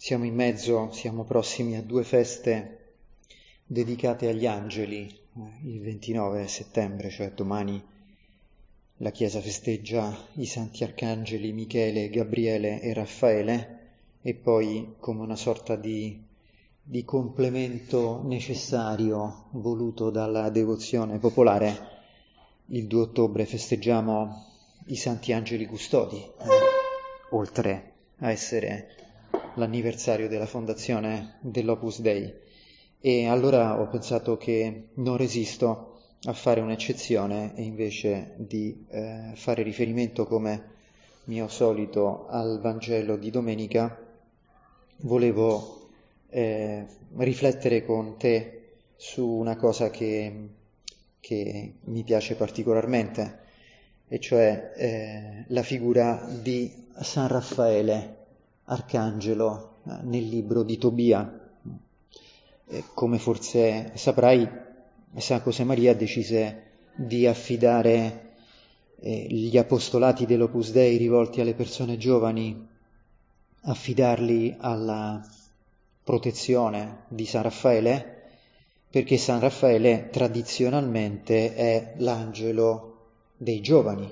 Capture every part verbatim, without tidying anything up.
siamo in mezzo, siamo prossimi a due feste dedicate agli angeli. Il ventinove settembre, cioè domani, la Chiesa festeggia i santi arcangeli Michele, Gabriele e Raffaele, e poi, come una sorta di, di complemento necessario voluto dalla devozione popolare, il due ottobre festeggiamo i santi angeli custodi, eh, oltre a essere l'anniversario della fondazione dell'Opus Dei. E allora ho pensato che non resisto a fare un'eccezione e invece di eh, fare riferimento, come mio solito, al Vangelo di domenica, volevo eh, riflettere con te su una cosa che, che mi piace particolarmente, e cioè eh, la figura di San Raffaele, arcangelo, eh, nel libro di Tobia. Eh, come forse saprai, San Josemaria decise di affidare eh, gli apostolati dell'Opus Dei rivolti alle persone giovani, affidarli alla protezione di San Raffaele, perché San Raffaele tradizionalmente è l'angelo dei giovani.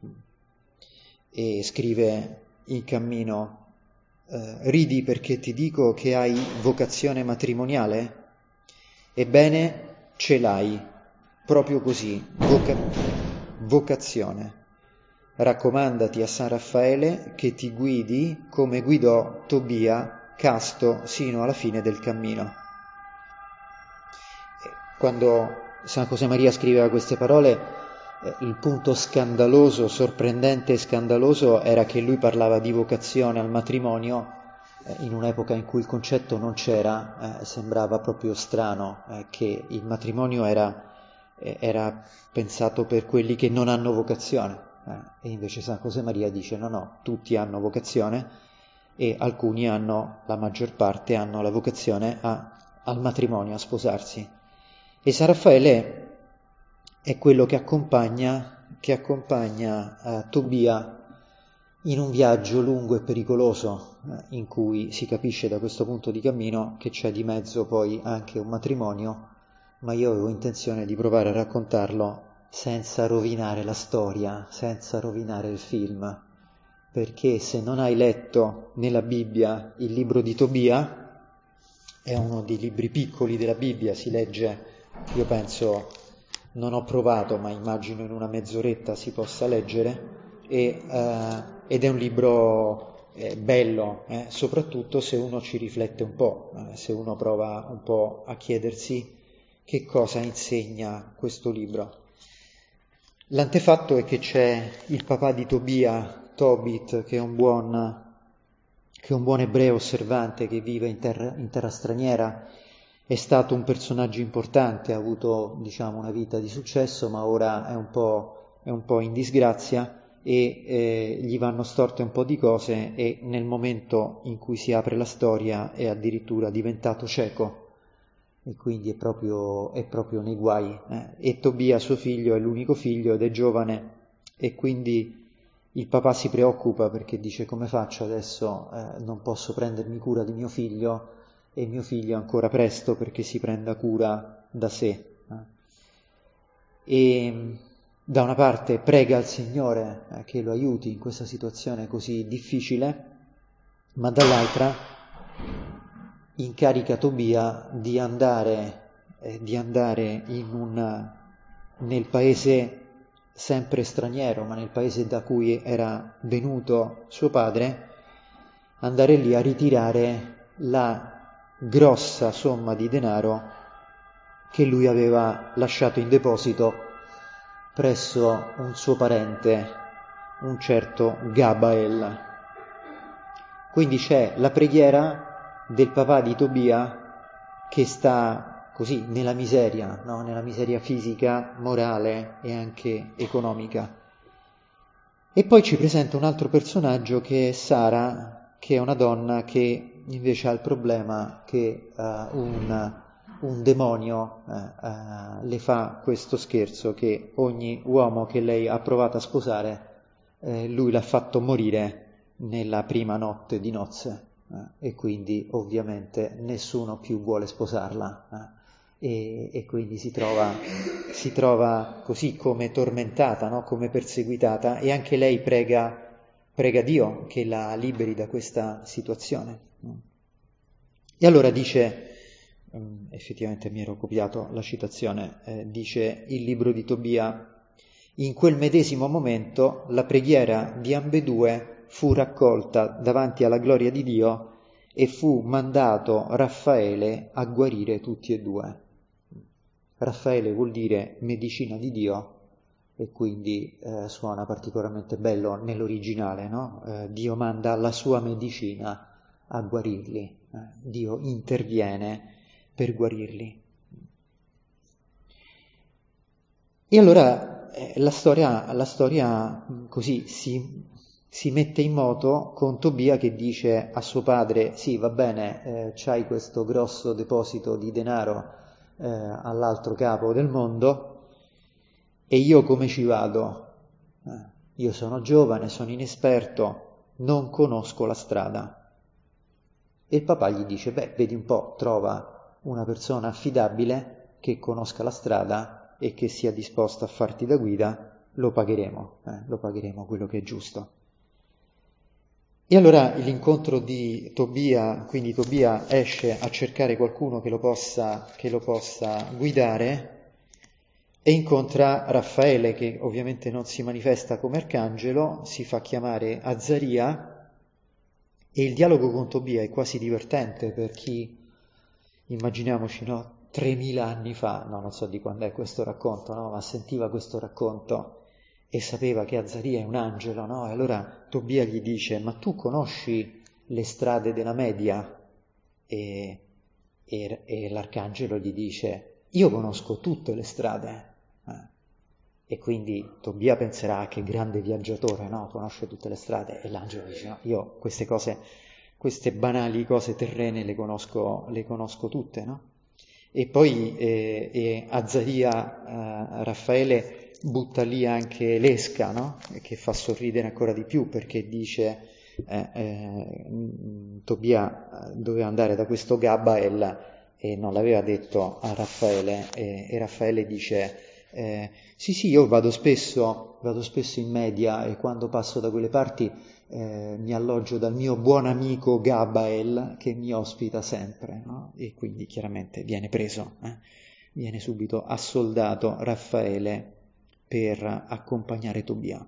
E scrive in Cammino: eh, ridi perché ti dico che hai vocazione matrimoniale? Ebbene, ce l'hai, proprio così, voca- vocazione. Raccomandati a San Raffaele che ti guidi come guidò Tobia, casto sino alla fine del cammino. Quando San Josemaria scriveva queste parole, il punto scandaloso, sorprendente e scandaloso era che lui parlava di vocazione al matrimonio eh, in un'epoca in cui il concetto non c'era. Eh, sembrava proprio strano eh, che il matrimonio era, eh, era pensato per quelli che non hanno vocazione, eh, e invece San Josemaria dice no, no, tutti hanno vocazione, e alcuni hanno, la maggior parte, hanno la vocazione a, al matrimonio, a sposarsi. E San Raffaele è quello che accompagna, che accompagna uh, Tobia in un viaggio lungo e pericoloso, eh, in cui si capisce da questo punto di cammino che c'è di mezzo poi anche un matrimonio, ma io avevo intenzione di provare a raccontarlo senza rovinare la storia, senza rovinare il film, perché se non hai letto nella Bibbia il libro di Tobia, è uno dei libri piccoli della Bibbia, si legge, io penso, non ho provato, ma immagino in una mezz'oretta si possa leggere, e, eh, ed è un libro eh, bello, eh, soprattutto se uno ci riflette un po', eh, se uno prova un po' a chiedersi che cosa insegna questo libro. L'antefatto è che c'è il papà di Tobia, Tobit, che è un buon, che è un buon ebreo osservante che vive in terra, in terra straniera. È stato un personaggio importante, ha avuto, diciamo, una vita di successo, ma ora è un po', è un po' in disgrazia e eh, gli vanno storte un po' di cose, e nel momento in cui si apre la storia è addirittura diventato cieco, e quindi è proprio, è proprio nei guai. Eh. E Tobia, suo figlio, è l'unico figlio ed è giovane, e quindi il papà si preoccupa perché dice: come faccio adesso? Eh, non posso prendermi cura di mio figlio, e mio figlio ancora presto perché si prenda cura da sé. E da una parte prega al Signore eh, che lo aiuti in questa situazione così difficile, ma dall'altra incarica Tobia di andare, eh, di andare in un, nel paese sempre straniero, ma nel paese da cui era venuto suo padre, andare lì a ritirare la grossa somma di denaro che lui aveva lasciato in deposito presso un suo parente, un certo Gabael. Quindi c'è la preghiera del papà di Tobia che sta così nella miseria, no? Nella miseria fisica, morale e anche economica. E poi ci presenta un altro personaggio che è Sara, che è una donna che invece ha il problema che uh, un, un demonio uh, uh, le fa questo scherzo, che ogni uomo che lei ha provato a sposare, eh, lui l'ha fatto morire nella prima notte di nozze. eh, e quindi ovviamente nessuno più vuole sposarla, eh, e, e quindi si trova, si trova così come tormentata, no? Come perseguitata, e anche lei prega, prega Dio che la liberi da questa situazione. E allora dice, effettivamente mi ero copiato la citazione, eh, dice il libro di Tobia: in quel medesimo momento la preghiera di ambedue fu raccolta davanti alla gloria di Dio e fu mandato Raffaele a guarire tutti e due. Raffaele vuol dire medicina di Dio, e quindi eh, suona particolarmente bello nell'originale, no? Eh, Dio manda la sua medicina a guarirli, eh, Dio interviene per guarirli. E allora eh, la storia, la storia così si, si mette in moto con Tobia che dice a suo padre: sì, va bene, eh, c'hai questo grosso deposito di denaro eh, all'altro capo del mondo, e io come ci vado? Eh, io sono giovane, sono inesperto, non conosco la strada. E il papà gli dice: beh, vedi un po', trova una persona affidabile che conosca la strada e che sia disposta a farti da guida, lo pagheremo, eh, lo pagheremo quello che è giusto. E allora l'incontro di Tobia, quindi Tobia esce a cercare qualcuno che lo possa, che lo possa guidare, e incontra Raffaele, che ovviamente non si manifesta come arcangelo, si fa chiamare Azaria. E il dialogo con Tobia è quasi divertente per chi, immaginiamoci, no, tremila anni fa, no, non so di quando è questo racconto, no, ma sentiva questo racconto e sapeva che Azaria è un angelo, no? E allora Tobia gli dice: ma tu conosci le strade della Media? E, e, e l'arcangelo gli dice: io conosco tutte le strade. Eh. E quindi Tobia penserà: che grande viaggiatore, no? Conosce tutte le strade. E l'angelo dice: no, io queste cose, queste banali cose terrene le conosco, le conosco tutte, no? E poi eh, eh, Azaria, eh, Raffaele butta lì anche l'esca, no? Che fa sorridere ancora di più, perché dice eh, eh, Tobia doveva andare da questo Gabael e non l'aveva detto a Raffaele, e, e Raffaele dice: Eh, sì sì, io vado spesso, vado spesso in Media, e quando passo da quelle parti eh, mi alloggio dal mio buon amico Gabael, che mi ospita sempre, no? E quindi chiaramente viene preso, eh? Viene subito assoldato Raffaele per accompagnare Tobia.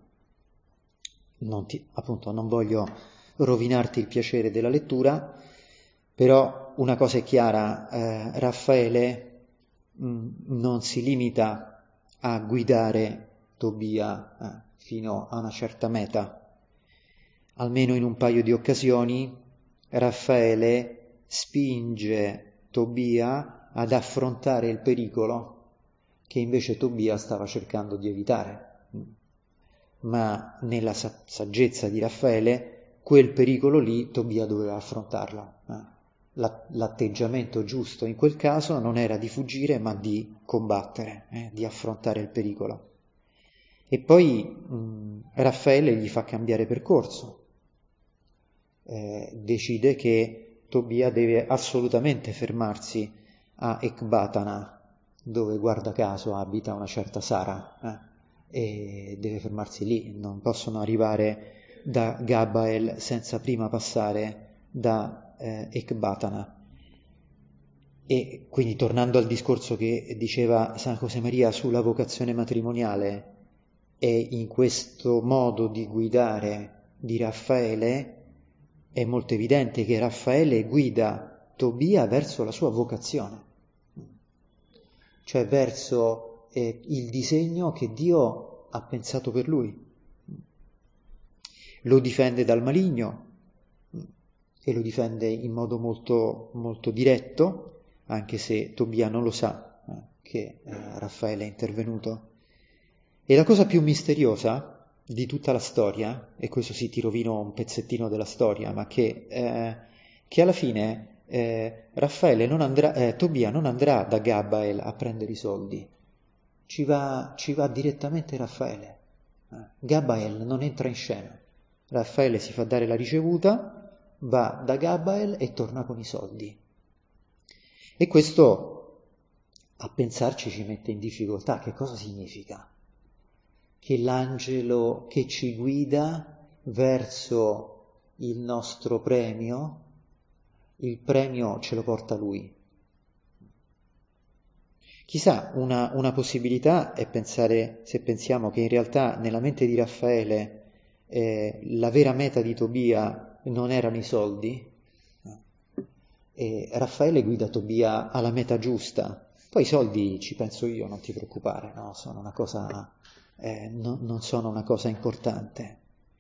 Non ti, appunto, non voglio rovinarti il piacere della lettura, però una cosa è chiara, eh, Raffaele mh, non si limita a guidare Tobia eh, fino a una certa meta. Almeno in un paio di occasioni Raffaele spinge Tobia ad affrontare il pericolo che invece Tobia stava cercando di evitare. Ma nella saggezza di Raffaele quel pericolo lì Tobia doveva affrontarlo. L'atteggiamento giusto in quel caso non era di fuggire, ma di combattere, eh, di affrontare il pericolo. E poi mh, Raffaele gli fa cambiare percorso, eh, decide che Tobia deve assolutamente fermarsi a Ecbatana, dove guarda caso abita una certa Sara, eh, e deve fermarsi lì, non possono arrivare da Gabael senza prima passare da eh, Ecbatana. E quindi, tornando al discorso che diceva San Josemaria sulla vocazione matrimoniale, è in questo modo di guidare di Raffaele è molto evidente che Raffaele guida Tobia verso la sua vocazione, cioè verso eh, il disegno che Dio ha pensato per lui. Lo difende dal maligno e lo difende in modo molto, molto diretto, anche se Tobia non lo sa eh, che eh, Raffaele è intervenuto. E la cosa più misteriosa di tutta la storia, e questo sì ti rovino un pezzettino della storia, ma che, eh, che alla fine eh, Raffaele non andrà, eh, Tobia non andrà da Gabael a prendere i soldi, ci va, ci va direttamente Raffaele. Eh, Gabael non entra in scena, Raffaele si fa dare la ricevuta, va da Gabael e torna con i soldi. E questo, a pensarci, ci mette in difficoltà. Che cosa significa? Che l'angelo che ci guida verso il nostro premio, il premio ce lo porta lui. Chissà, una, una possibilità è pensare, se pensiamo che in realtà nella mente di Raffaele eh, la vera meta di Tobia non erano i soldi, e Raffaele guida Tobia alla meta giusta. Poi i soldi ci penso io, non ti preoccupare, no? Sono una cosa, eh, no, non sono una cosa importante.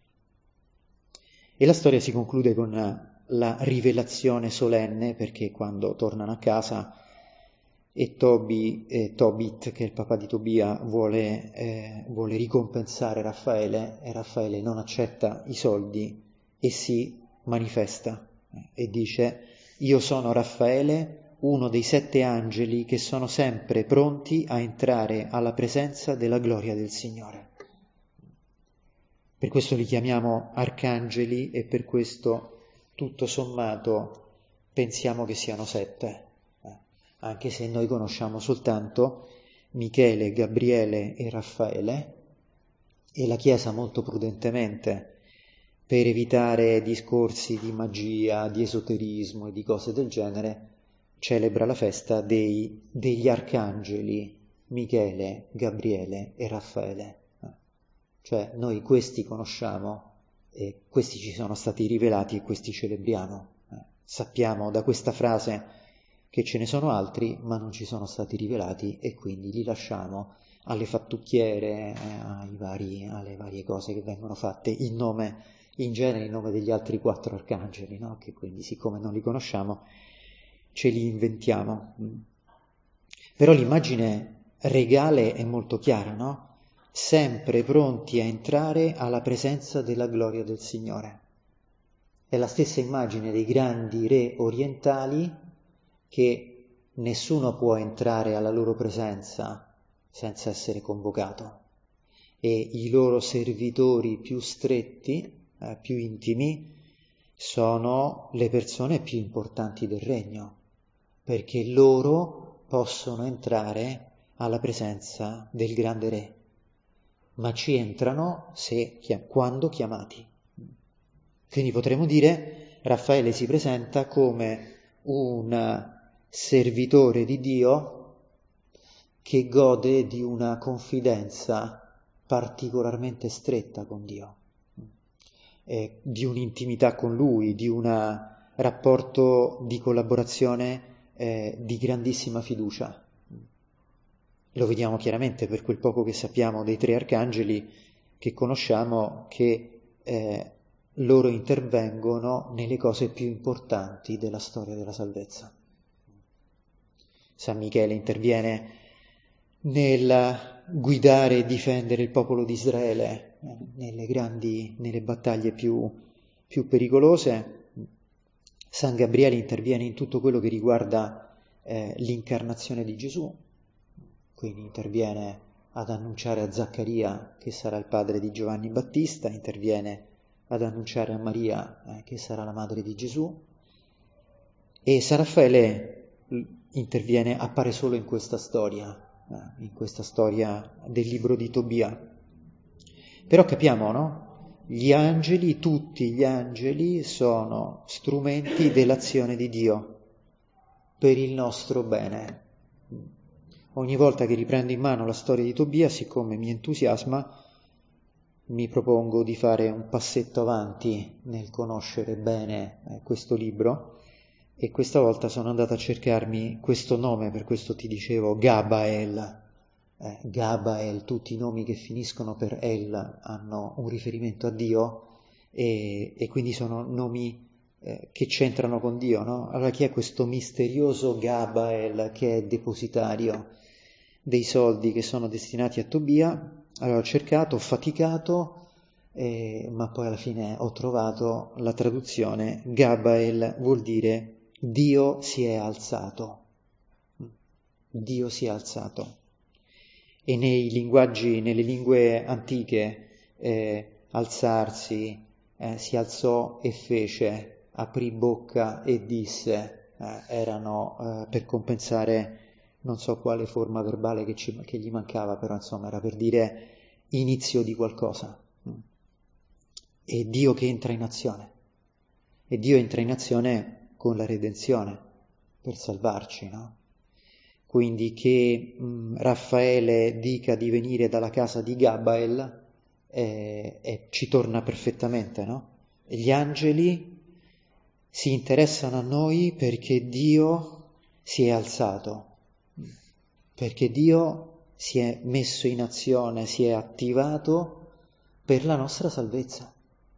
E la storia si conclude con la rivelazione solenne, perché quando tornano a casa e Tobi, eh, Tobit, che è il papà di Tobia, vuole, eh, vuole ricompensare Raffaele, e Raffaele non accetta i soldi e si manifesta eh, e dice: io sono Raffaele, uno dei sette angeli che sono sempre pronti a entrare alla presenza della gloria del Signore. Per questo li chiamiamo arcangeli e per questo, tutto sommato, pensiamo che siano sette. Anche se noi conosciamo soltanto Michele, Gabriele e Raffaele, e la Chiesa molto prudentemente, per evitare discorsi di magia, di esoterismo e di cose del genere, celebra la festa dei, degli arcangeli Michele, Gabriele e Raffaele. Cioè noi questi conosciamo e questi ci sono stati rivelati e questi celebriamo. Sappiamo da questa frase che ce ne sono altri, ma non ci sono stati rivelati e quindi li lasciamo alle fattucchiere, eh, ai vari, alle varie cose che vengono fatte in nome, in genere in nome degli altri quattro arcangeli, no? Che quindi, siccome non li conosciamo, ce li inventiamo. Però l'immagine regale è molto chiara, no? Sempre pronti a entrare alla presenza della gloria del Signore. È la stessa immagine dei grandi re orientali, che nessuno può entrare alla loro presenza senza essere convocato, e i loro servitori più stretti, eh, più intimi, sono le persone più importanti del regno, perché loro possono entrare alla presenza del grande re, ma ci entrano se, quando chiamati. Quindi potremmo dire, Raffaele si presenta come un servitore di Dio che gode di una confidenza particolarmente stretta con Dio, eh, di un'intimità con Lui, di un rapporto di collaborazione eh, di grandissima fiducia. Lo vediamo chiaramente per quel poco che sappiamo dei tre arcangeli che conosciamo, che eh, loro intervengono nelle cose più importanti della storia della salvezza. San Michele interviene nel guidare e difendere il popolo di Israele eh, nelle grandi, nelle battaglie più, più pericolose. San Gabriele interviene in tutto quello che riguarda eh, l'incarnazione di Gesù, quindi interviene ad annunciare a Zaccaria che sarà il padre di Giovanni Battista, interviene ad annunciare a Maria eh, che sarà la madre di Gesù, e San Raffaele interviene, appare solo in questa storia, eh, in questa storia del libro di Tobia. Però capiamo, no? Gli angeli, tutti gli angeli sono strumenti dell'azione di Dio per il nostro bene. Ogni volta che riprendo in mano la storia di Tobia, siccome mi entusiasma, mi propongo di fare un passetto avanti nel conoscere bene eh, questo libro, e questa volta sono andato a cercarmi questo nome, per questo ti dicevo Gabael. Eh, Gabael, tutti i nomi che finiscono per El hanno un riferimento a Dio e, e quindi sono nomi eh, che c'entrano con Dio, no? Allora chi è questo misterioso Gabael che è depositario dei soldi che sono destinati a Tobia? Allora ho cercato, ho faticato, eh, ma poi alla fine ho trovato la traduzione. Gabael vuol dire Dio si è alzato. Dio si è alzato. E nei linguaggi, nelle lingue antiche, eh, alzarsi, eh, si alzò e fece, aprì bocca e disse, eh, erano eh, per compensare non so quale forma verbale che, ci, che gli mancava, però insomma era per dire inizio di qualcosa. È Dio che entra in azione, e Dio entra in azione con la redenzione, per salvarci, no? Quindi che mh, Raffaele dica di venire dalla casa di Gabael eh, eh, ci torna perfettamente, no? E gli angeli si interessano a noi perché Dio si è alzato, perché Dio si è messo in azione, si è attivato per la nostra salvezza,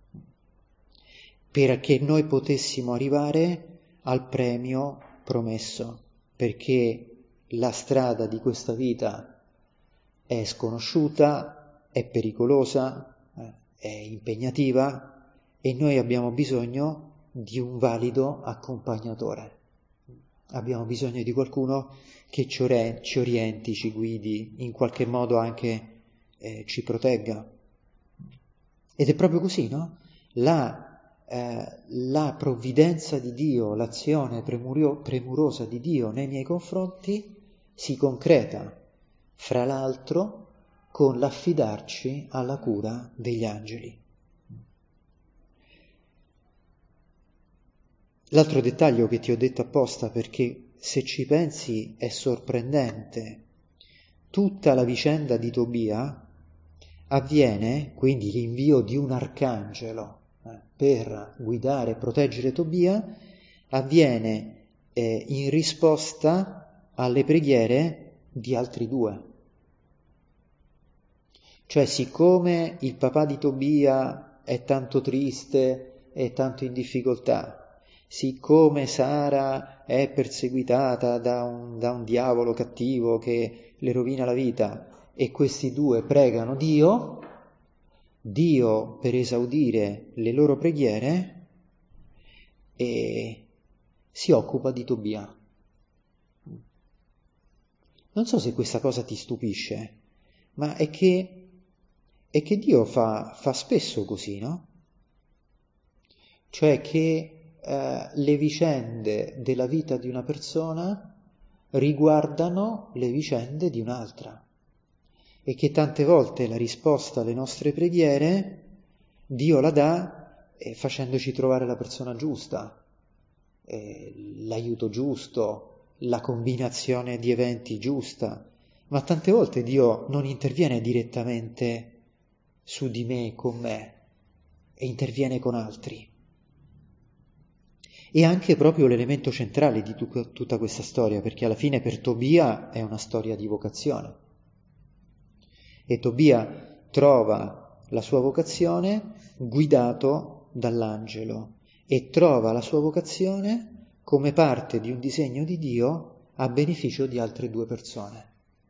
perché noi potessimo arrivare al premio promesso, perché la strada di questa vita è sconosciuta, è pericolosa, è impegnativa e noi abbiamo bisogno di un valido accompagnatore. Abbiamo bisogno di qualcuno che ci, ore- ci orienti, ci guidi, in qualche modo anche eh, ci protegga. Ed è proprio così, no? La, eh, la provvidenza di Dio, l'azione premurio- premurosa di Dio nei miei confronti si concreta, fra l'altro, con l'affidarci alla cura degli angeli. L'altro dettaglio che ti ho detto apposta, perché se ci pensi è sorprendente, tutta la vicenda di Tobia avviene, quindi l'invio di un arcangelo eh, per guidare e proteggere Tobia, avviene eh, in risposta alle preghiere di altri due. Cioè, siccome il papà di Tobia è tanto triste, è tanto in difficoltà, siccome Sara è perseguitata da un, da un diavolo cattivo che le rovina la vita e questi due pregano Dio, Dio per esaudire le loro preghiere e si occupa di Tobia. Non so se questa cosa ti stupisce, ma è che, è che Dio fa, fa spesso così, no? Cioè che Uh, le vicende della vita di una persona riguardano le vicende di un'altra e che tante volte la risposta alle nostre preghiere Dio la dà eh, facendoci trovare la persona giusta, eh, l'aiuto giusto, la combinazione di eventi giusta, ma tante volte Dio non interviene direttamente su di me, con me, e interviene con altri. E anche proprio l'elemento centrale di tu- tutta questa storia, perché alla fine per Tobia è una storia di vocazione. E Tobia trova la sua vocazione guidato dall'angelo e trova la sua vocazione come parte di un disegno di Dio a beneficio di altre due persone.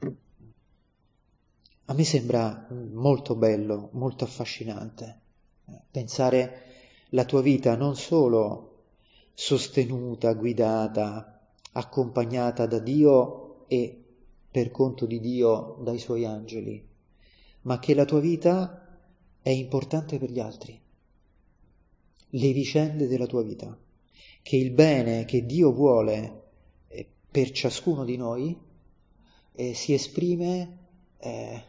A me sembra molto bello, molto affascinante pensare la tua vita non solo sostenuta, guidata, accompagnata da Dio e per conto di Dio dai suoi angeli, ma che la tua vita è importante per gli altri, le vicende della tua vita, che il bene che Dio vuole per ciascuno di noi eh, si esprime eh,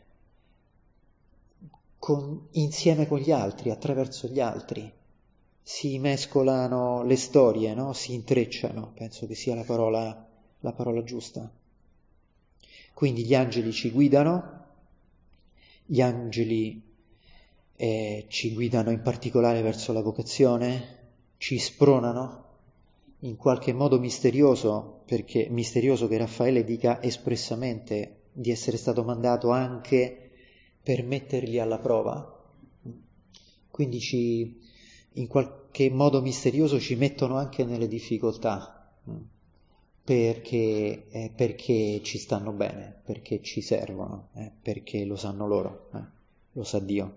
con, insieme con gli altri, attraverso gli altri. Si mescolano le storie, no? Si intrecciano, penso che sia la parola, la parola giusta. Quindi gli angeli ci guidano, gli angeli eh, ci guidano in particolare verso la vocazione, ci spronano in qualche modo misterioso, perché misterioso che Raffaele dica espressamente di essere stato mandato anche per metterli alla prova. Quindi ci in qualche modo misterioso ci mettono anche nelle difficoltà, perché, eh, perché ci stanno bene, perché ci servono, eh, perché lo sanno loro, eh, lo sa Dio.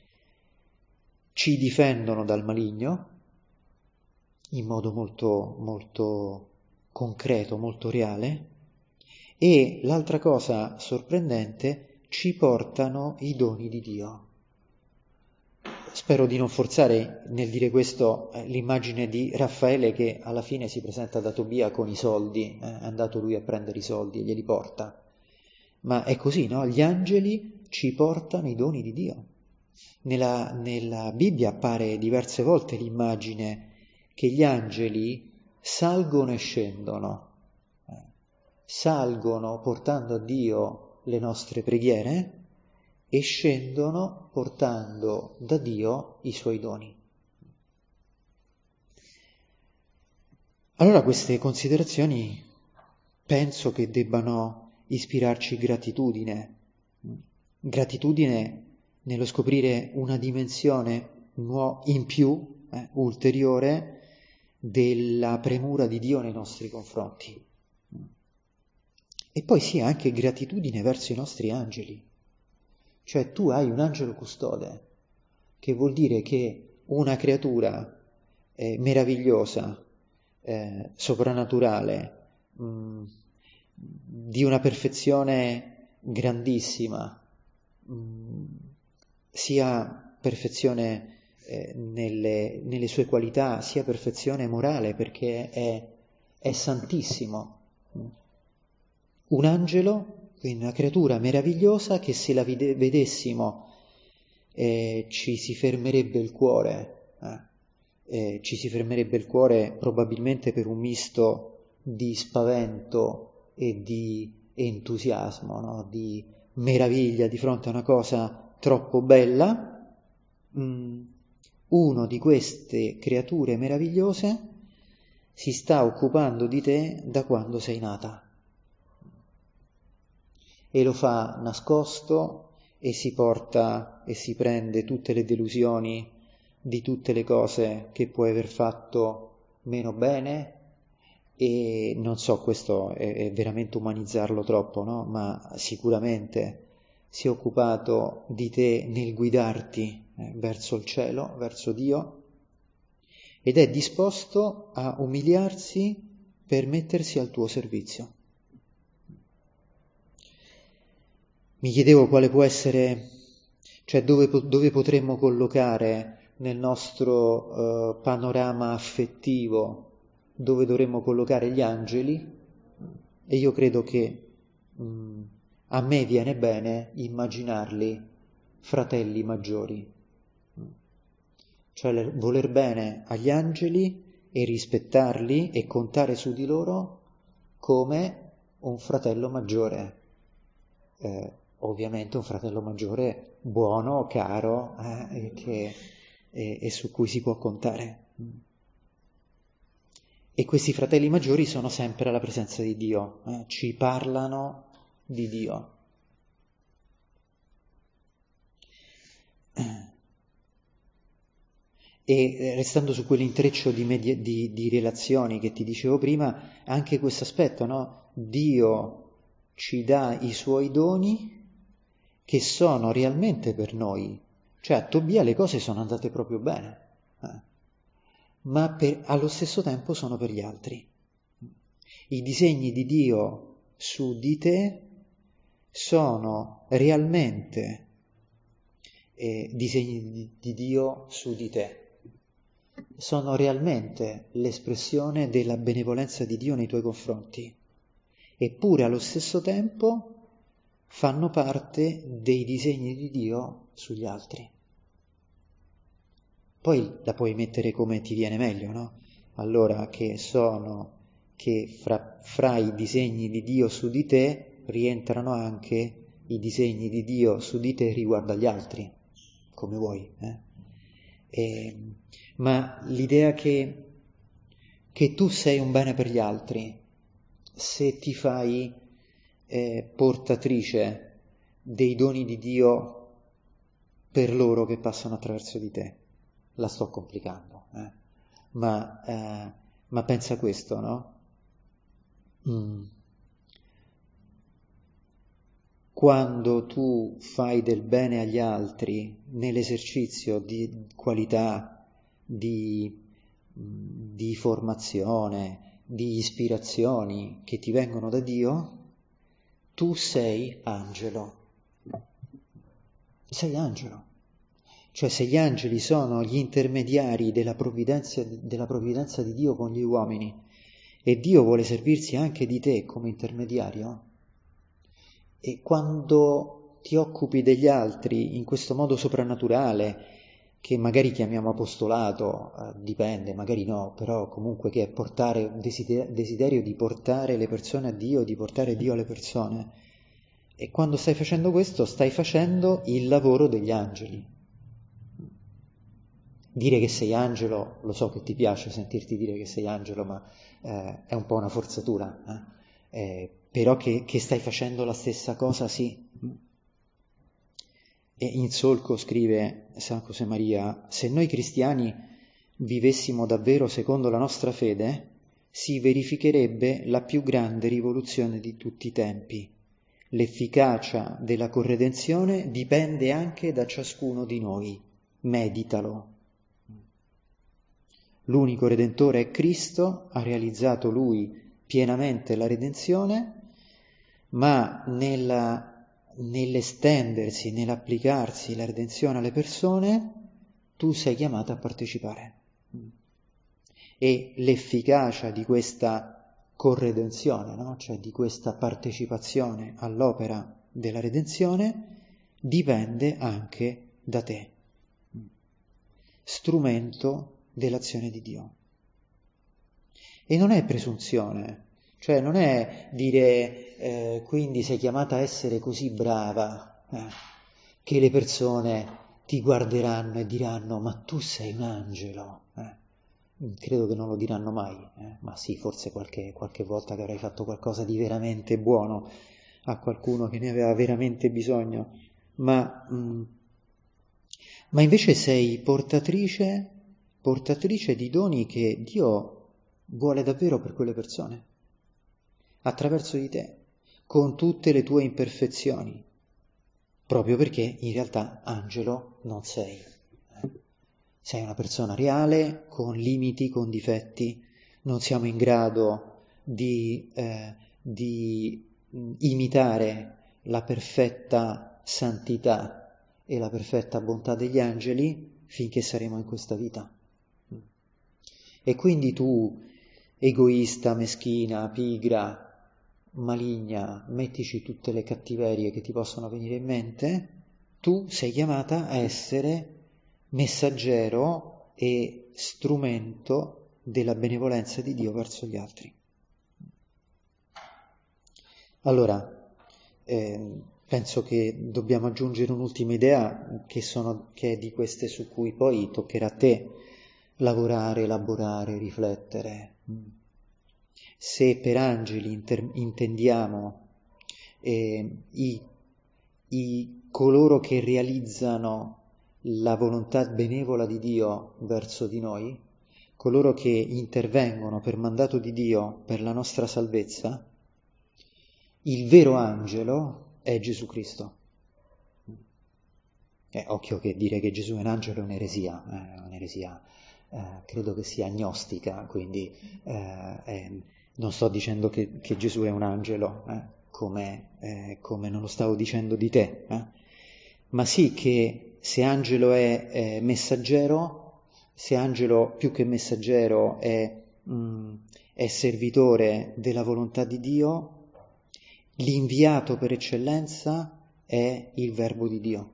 Ci difendono dal maligno in modo molto, molto concreto, molto reale, e l'altra cosa sorprendente, ci portano i doni di Dio. spero di non forzare nel dire questo eh, l'immagine di Raffaele che alla fine si presenta da Tobia con i soldi, eh, è andato lui a prendere i soldi e glieli porta. Ma è così, no? Gli angeli ci portano i doni di Dio. Nella, nella Bibbia appare diverse volte l'immagine che gli angeli salgono e scendono, eh, salgono portando a Dio le nostre preghiere e scendono portando da Dio i suoi doni. Allora queste considerazioni penso che debbano ispirarci gratitudine, gratitudine nello scoprire una dimensione in più, eh, ulteriore, della premura di Dio nei nostri confronti. E poi sì, anche gratitudine verso i nostri angeli. Cioè tu hai un angelo custode, che vuol dire che una creatura eh, meravigliosa, eh, soprannaturale, mh, di una perfezione grandissima, mh, sia perfezione eh, nelle, nelle sue qualità, sia perfezione morale, perché è, è santissimo. Un angelo, quindi una creatura meravigliosa che se la vide- vedessimo eh, ci si fermerebbe il cuore, eh, eh, ci si fermerebbe il cuore probabilmente per un misto di spavento e di entusiasmo, no? Di meraviglia di fronte a una cosa troppo bella. Mm, uno di queste creature meravigliose si sta occupando di te da quando sei nata. E lo fa nascosto e si porta e si prende tutte le delusioni di tutte le cose che puoi aver fatto meno bene e non so, questo è, è veramente umanizzarlo troppo, no? Ma sicuramente si è occupato di te nel guidarti eh, verso il cielo, verso Dio, ed è disposto a umiliarsi per mettersi al tuo servizio. Mi chiedevo quale può essere, cioè dove, dove potremmo collocare nel nostro uh, panorama affettivo, dove dovremmo collocare gli angeli, e io credo che mh, a me viene bene immaginarli fratelli maggiori, cioè voler bene agli angeli e rispettarli e contare su di loro come un fratello maggiore. Eh, ovviamente un fratello maggiore buono, caro, eh, e, che, e, e su cui si può contare. E questi fratelli maggiori sono sempre alla presenza di Dio, eh, ci parlano di Dio. E restando su quell'intreccio di, media, di, di relazioni che ti dicevo prima, anche questo aspetto, no? Dio ci dà i suoi doni che sono realmente per noi. Cioè a Tobia le cose sono andate proprio bene, eh? ma per, allo stesso tempo sono per gli altri. I disegni di Dio su di te sono realmente eh, disegni di, di Dio su di te. Sono realmente l'espressione della benevolenza di Dio nei tuoi confronti, eppure allo stesso tempo fanno parte dei disegni di Dio sugli altri. Poi la puoi mettere come ti viene meglio, no? Allora che sono, che fra, fra i disegni di Dio su di te rientrano anche i disegni di Dio su di te riguardo agli altri, come vuoi, eh? E, ma l'idea che, che tu sei un bene per gli altri, se ti fai eh, portatrice dei doni di Dio per loro che passano attraverso di te, la sto complicando, eh? ma, eh, ma pensa questo, no? Mm. Quando tu fai del bene agli altri nell'esercizio di qualità, di, di formazione, di ispirazioni che ti vengono da Dio, tu sei angelo. Sei angelo. Cioè se gli angeli sono gli intermediari della provvidenza, della provvidenza di Dio con gli uomini e Dio vuole servirsi anche di te come intermediario, e quando ti occupi degli altri in questo modo soprannaturale, che magari chiamiamo apostolato, eh, dipende, magari no, però comunque che è portare desider- desiderio di portare le persone a Dio, di portare Dio alle persone, e quando stai facendo questo stai facendo il lavoro degli angeli. Dire che sei angelo, lo so che ti piace sentirti dire che sei angelo, ma eh, è un po' una forzatura, eh? Eh, però che, che stai facendo la stessa cosa, sì. E in solco scrive San Josemaria: se noi cristiani vivessimo davvero secondo la nostra fede, si verificherebbe la più grande rivoluzione di tutti i tempi. L'efficacia della corredenzione dipende anche da ciascuno di noi. Meditalo. L'unico Redentore è Cristo, ha realizzato Lui pienamente la redenzione, ma nella, nell'estendersi, nell'applicarsi la redenzione alle persone, tu sei chiamato a partecipare. E l'efficacia di questa corredenzione, no? Cioè di questa partecipazione all'opera della redenzione, dipende anche da te. Strumento dell'azione di Dio. E non è presunzione, cioè non è dire eh, quindi sei chiamata a essere così brava eh, che le persone ti guarderanno e diranno ma tu sei un angelo. Eh. Credo che non lo diranno mai, eh, ma sì, forse qualche, qualche volta che avrai fatto qualcosa di veramente buono a qualcuno che ne aveva veramente bisogno, ma, mh, ma invece sei portatrice portatrice di doni che Dio vuole davvero per quelle persone, attraverso di te, con tutte le tue imperfezioni, proprio perché in realtà angelo non sei. Sei una persona reale, con limiti, con difetti, non siamo in grado di, eh, di imitare la perfetta santità e la perfetta bontà degli angeli finché saremo in questa vita. E quindi tu, egoista, meschina, pigra, maligna, mettici tutte le cattiverie che ti possono venire in mente, tu sei chiamata a essere messaggero e strumento della benevolenza di Dio verso gli altri. Allora, eh, penso che dobbiamo aggiungere un'ultima idea che, sono, che è di queste su cui poi toccherà a te lavorare, elaborare, riflettere. Se per angeli inter- intendiamo eh, i, i coloro che realizzano la volontà benevola di Dio verso di noi, coloro che intervengono per mandato di Dio per la nostra salvezza, il vero angelo è Gesù Cristo. Eh, occhio che dire che Gesù è un angelo è un'eresia, eh, è un'eresia. Eh, credo che sia agnostica, quindi eh, eh, non sto dicendo che, che Gesù è un angelo, eh, come, eh, come non lo stavo dicendo di te, eh. Ma sì che se angelo è eh, messaggero, se angelo più che messaggero è, mh, è servitore della volontà di Dio, l'inviato per eccellenza è il Verbo di Dio,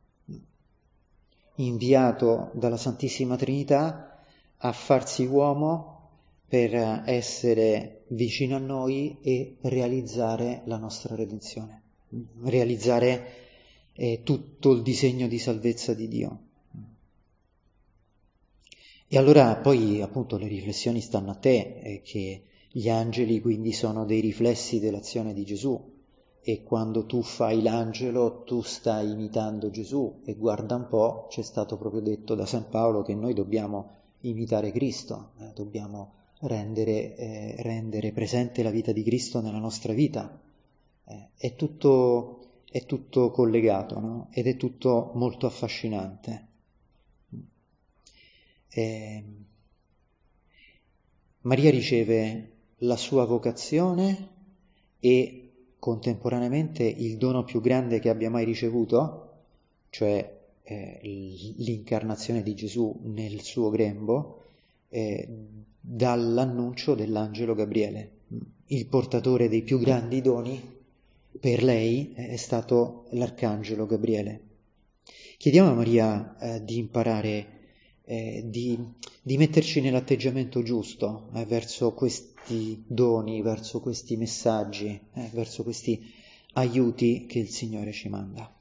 inviato dalla Santissima Trinità a farsi uomo per essere vicino a noi e realizzare la nostra redenzione, realizzare eh, tutto il disegno di salvezza di Dio. E allora poi appunto le riflessioni stanno a te, eh, che gli angeli quindi sono dei riflessi dell'azione di Gesù, e quando tu fai l'angelo tu stai imitando Gesù, e guarda un po', c'è stato proprio detto da San Paolo che noi dobbiamo imitare Cristo, eh, dobbiamo rendere, eh, rendere presente la vita di Cristo nella nostra vita. Eh, è tutto, è tutto collegato, no? Ed è tutto molto affascinante. Eh, Maria riceve la sua vocazione e contemporaneamente il dono più grande che abbia mai ricevuto, cioè eh, l'incarnazione di Gesù nel suo grembo eh, dall'annuncio dell'angelo Gabriele. Il portatore dei più grandi doni per lei è stato l'arcangelo Gabriele. Chiediamo a Maria eh, di imparare, eh, di, di metterci nell'atteggiamento giusto eh, verso questi doni, verso questi messaggi, eh, verso questi aiuti che il Signore ci manda.